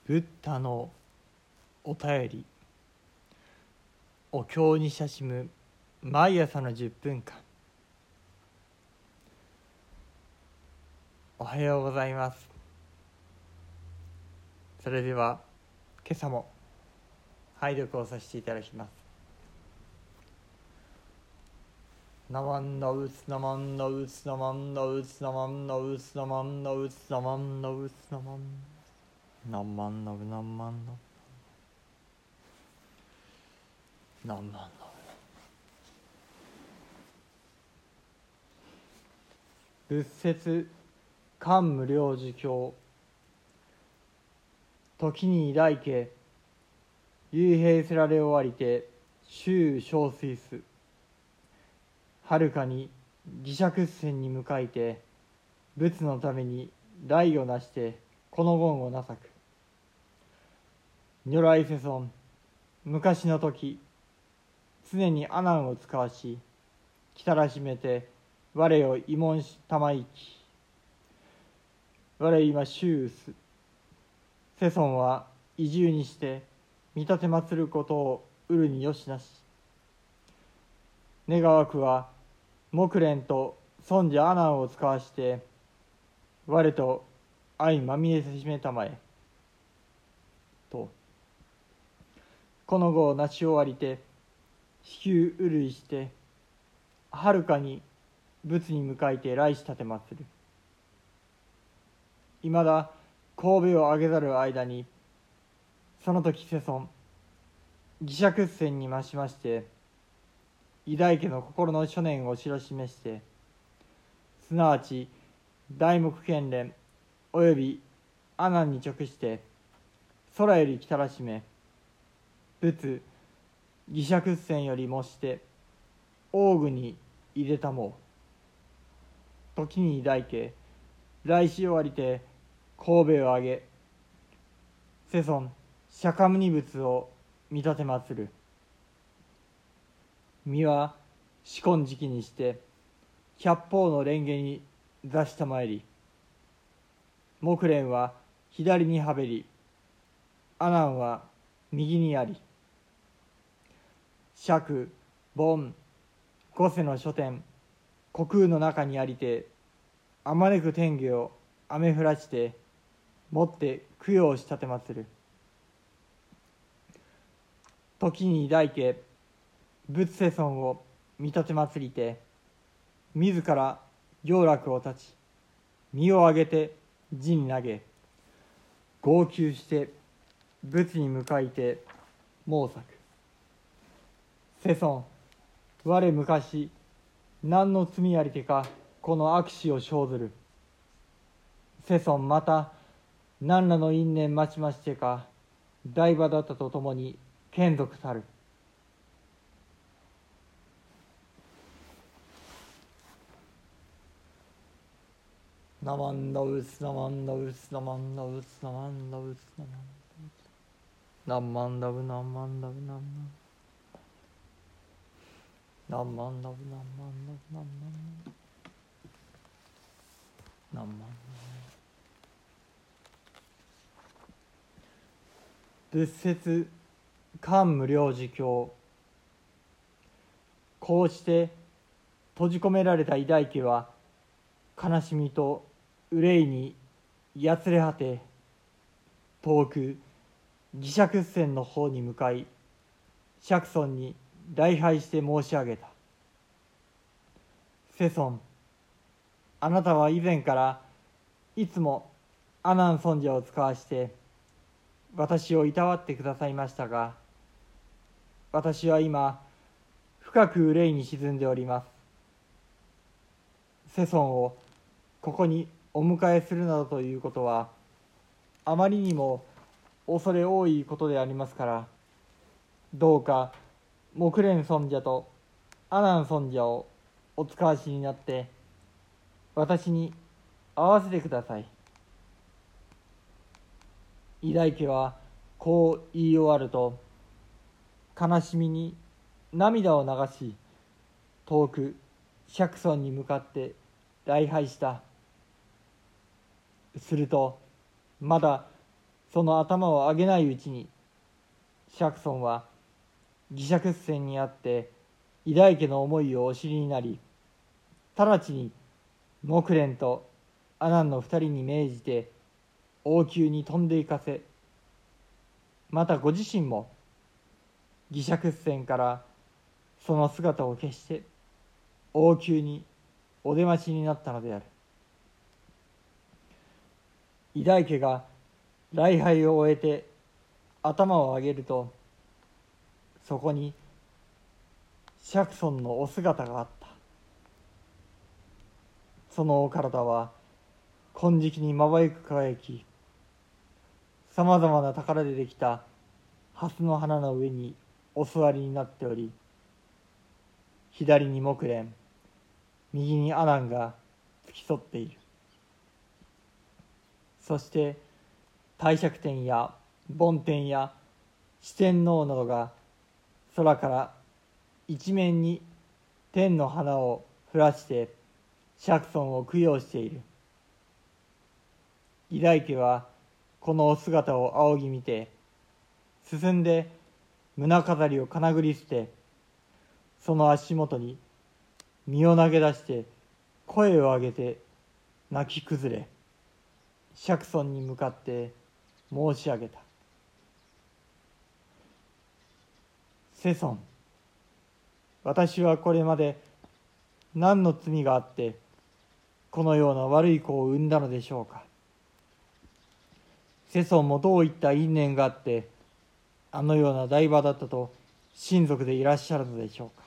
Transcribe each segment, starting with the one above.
ブッダのお便り。お経に親しむ毎朝の10分間。おはようございます。それでは今朝も拝読をさせていただきます。ナマンナウスナマンナウスナマンナウスナマンナウスナマンナウスナマンナウスナマンナマンナウナマンナウナマンナウ仏説漢無量寿経。時に大家幽閉せられ終わりて周小水す。はるかに義釈船に向かいて仏のために来をなしてこの言をなさく。如来世尊、昔の時常に阿難を使わしきたらしめて我を慰問したまいき。我今周す。世尊は移住にして見立て祀ることをうるによしなし。願わくは木蓮と尊者阿難を使わして我と相まみえせしめたまえと。この後をなし終わりて至急うるいしてはるかに仏に向かいて来し立てまつる。いまだ神戸を上げざる間にその時世尊義釈船に増しまして偉大家の心の所念を知らしめして、すなわち大目犍連および阿難に直して空より来たらしめ仏義釈船よりもして王具に入れたもう。時に偉大家来し終わりて神戸を上げ世尊釈迦牟尼仏を見立て祀る。身は至今時期にして百方の蓮華に座したまえり、木蓮は左にはべり阿難は右にあり、釈梵五世の書店虚空の中にありてあまねく天下を雨降らしてもって供養し立てまつる。時に大家仏世尊を見立て祭りて自ら行楽を立ち身を上げて地に投げ号泣して仏に向かいて申さく。世尊、我昔何の罪ありてかこの悪死を生ずる。世尊また何らの因縁待ちましてか大場だったとともに眷属たる。ナマンダウスナマンダウスナマンダウスナマンダウスナマンダウスナマンダウナマンダウナマンナマンダウナマンダウナマンナマン仏説漢無量寿経。こうして閉じ込められた偉大家は悲しみと憂いにやつれ果て遠く義釈船の方に向かい釈尊に礼拝して申し上げた。世尊、あなたは以前からいつも阿難尊者を使わして私をいたわってくださいましたが、私は今深く憂いに沈んでおります。世尊をここにお迎えするなどということはあまりにも恐れ多いことでありますから、どうか木蓮尊者と阿難尊者をお使わしになって私に会わせてください。偉大家はこう言い終わると悲しみに涙を流し遠く釈尊に向かって礼拝した。するとまだその頭を上げないうちに釈尊は義釈船にあって偉大家の思いをお知りになり、直ちに木蓮と阿南の二人に命じて王宮に飛んで行かせ、またご自身も義釈船からその姿を消して王宮にお出ましになったのである。偉大家が礼拝を終えて頭を上げると、そこに釈尊のお姿があった。そのお体は金色にまばゆく輝き、さまざまな宝でできた蓮の花の上にお座りになっており、左に木蓮、右に阿南が付き添っている。そして帝釈天や梵天や四天王などが空から一面に天の花を降らして釈尊を供養している。偉大家はこのお姿を仰ぎ見て、進んで胸飾りをかなぐり捨て、その足元に身を投げ出して声を上げて泣き崩れ、釈尊に向かって申し上げた。世尊、私はこれまで何の罪があってこのような悪い子を産んだのでしょうか。世尊もどういった因縁があってあのような台場だったと親族でいらっしゃるのでしょうか。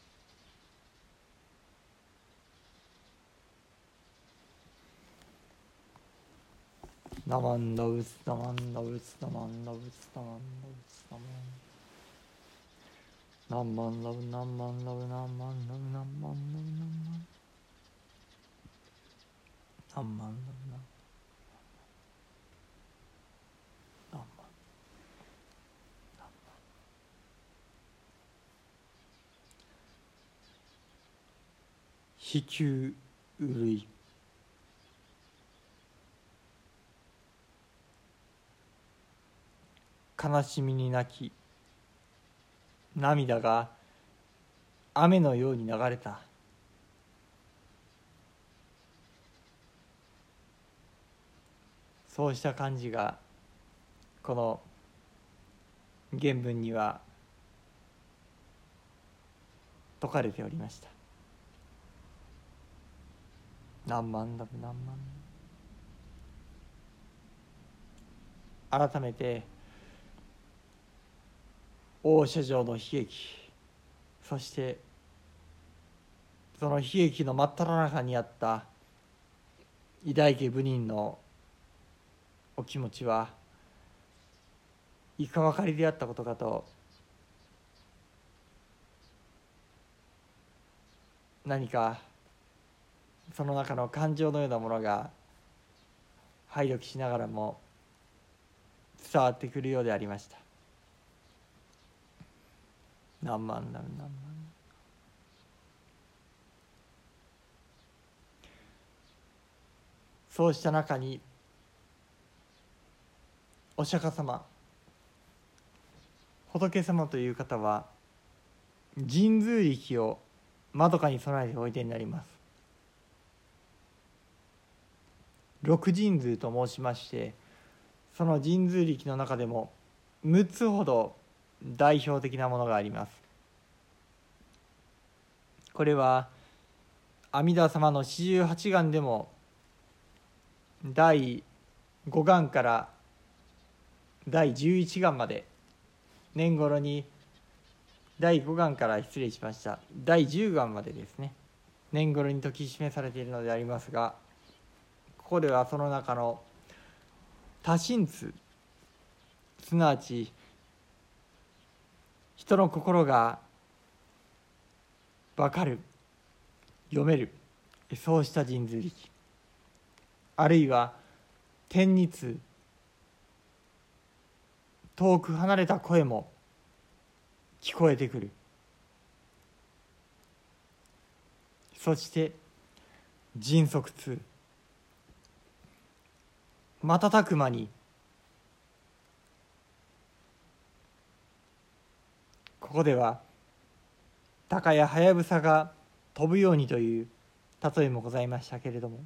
ナマンダウツナマンダウツナマンダウツナマンダウツナマンナンマンラブナンマンラブナンマンラブナンマンラブナンマンナンマンラブナンマン非球類悲しみに泣き涙が雨のように流れた。そうした感じがこの原文には説かれておりました。何万ラブ何万。改めて大社城の悲劇、そしてその悲劇の真っ只中にあった偉大家部人のお気持ちはいかばかりであったことかと、何かその中の感情のようなものが拝読しながらも伝わってくるようでありました。何万何万。そうした中にお釈迦様、仏様という方は神通力をまどかに備えておいでになります。六神通と申しまして、その神通力の中でも6つほど代表的なものがあります。これは阿弥陀様の四十八願でも第5願から第11願まで、年頃に第5願から失礼しました第10願までですね、年頃に説き示されているのでありますが、ここではその中の多神通、すなわち人の心が分かる、読める、そうした神通力、あるいは天二通、遠く離れた声も聞こえてくる、そして迅速通、瞬く間にここでは鷹やはやぶさが飛ぶようにという例えもございましたけれども、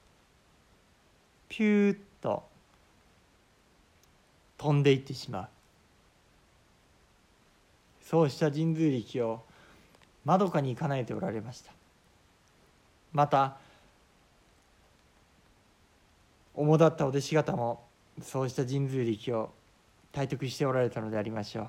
ピューッと飛んでいってしまう、そうした神通力をまどかに叶えておられました。また主だったお弟子方もそうした神通力を体得しておられたのでありましょう。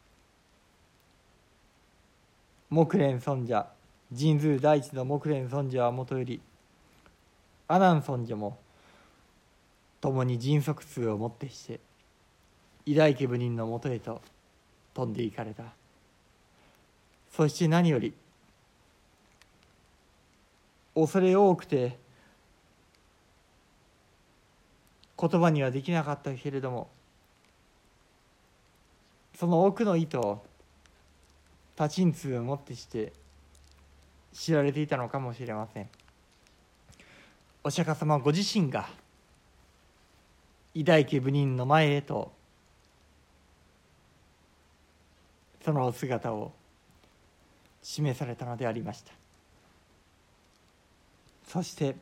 木蓮尊者、神通第一の木蓮尊者はもとより、阿南尊者も共に迅速通をもってして偉大家部人のもとへと飛んでいかれた。そして何より恐れ多くて言葉にはできなかったけれども、その奥の意図を多神通をもってして知られていたのかもしれません。お釈迦様ご自身が偉大家部人の前へとそのお姿を示されたのでありました。そして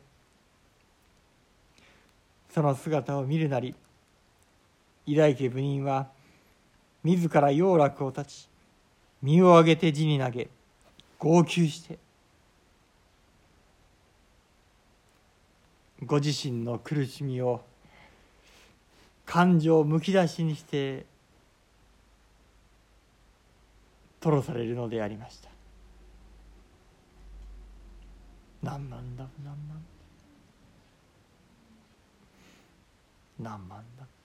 その姿を見るなり、偉大家部人は自ら要楽を立ち、身を上げて地に投げ、号泣してご自身の苦しみを感情むき出しにして吐露されるのでありました。何万だ何万だ何万だ